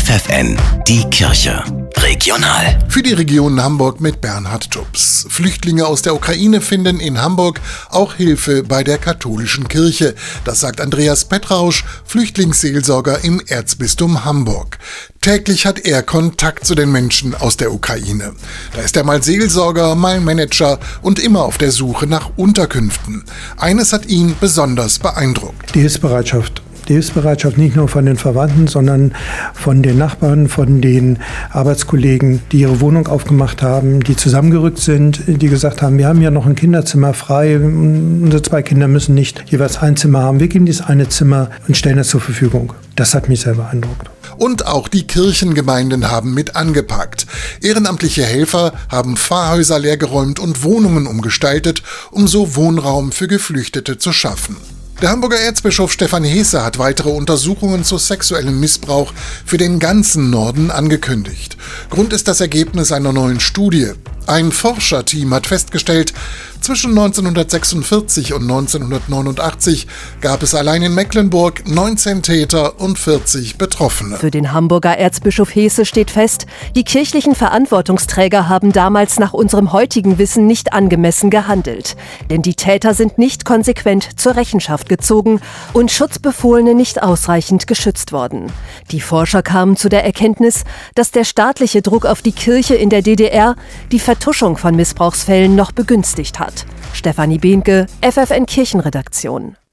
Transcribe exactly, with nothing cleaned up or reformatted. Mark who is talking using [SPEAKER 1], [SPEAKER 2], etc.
[SPEAKER 1] F F N, die Kirche. Regional.
[SPEAKER 2] Für die Region Hamburg mit Bernhard Tubbs. Flüchtlinge aus der Ukraine finden in Hamburg auch Hilfe bei der katholischen Kirche. Das sagt Andreas Petrausch, Flüchtlingsseelsorger im Erzbistum Hamburg. Täglich hat er Kontakt zu den Menschen aus der Ukraine. Da ist er mal Seelsorger, mal Manager und immer auf der Suche nach Unterkünften. Eines hat ihn besonders beeindruckt.
[SPEAKER 3] Die Hilfsbereitschaft. Die Hilfsbereitschaft nicht nur von den Verwandten, sondern von den Nachbarn, von den Arbeitskollegen, die ihre Wohnung aufgemacht haben, die zusammengerückt sind, die gesagt haben, wir haben ja noch ein Kinderzimmer frei, unsere zwei Kinder müssen nicht jeweils ein Zimmer haben, wir geben dieses eine Zimmer und stellen es zur Verfügung. Das hat mich sehr beeindruckt.
[SPEAKER 2] Und auch die Kirchengemeinden haben mit angepackt. Ehrenamtliche Helfer haben Pfarrhäuser leergeräumt und Wohnungen umgestaltet, um so Wohnraum für Geflüchtete zu schaffen. Der Hamburger Erzbischof Stefan Hesse hat weitere Untersuchungen zu sexuellem Missbrauch für den ganzen Norden angekündigt. Grund ist das Ergebnis einer neuen Studie. Ein Forscherteam hat festgestellt, zwischen neunzehnhundertsechsundvierzig und neunzehnhundertneunundachtzig gab es allein in Mecklenburg neunzehn Täter und vierzig Betroffene.
[SPEAKER 4] Für den Hamburger Erzbischof Hesse steht fest, die kirchlichen Verantwortungsträger haben damals nach unserem heutigen Wissen nicht angemessen gehandelt. Denn die Täter sind nicht konsequent zur Rechenschaft gezogen und Schutzbefohlene nicht ausreichend geschützt worden. Die Forscher kamen zu der Erkenntnis, dass der staatliche Druck auf die Kirche in der D D R die Vertuschung von Missbrauchsfällen noch begünstigt hat. Stefanie Behnke, F F N Kirchenredaktion.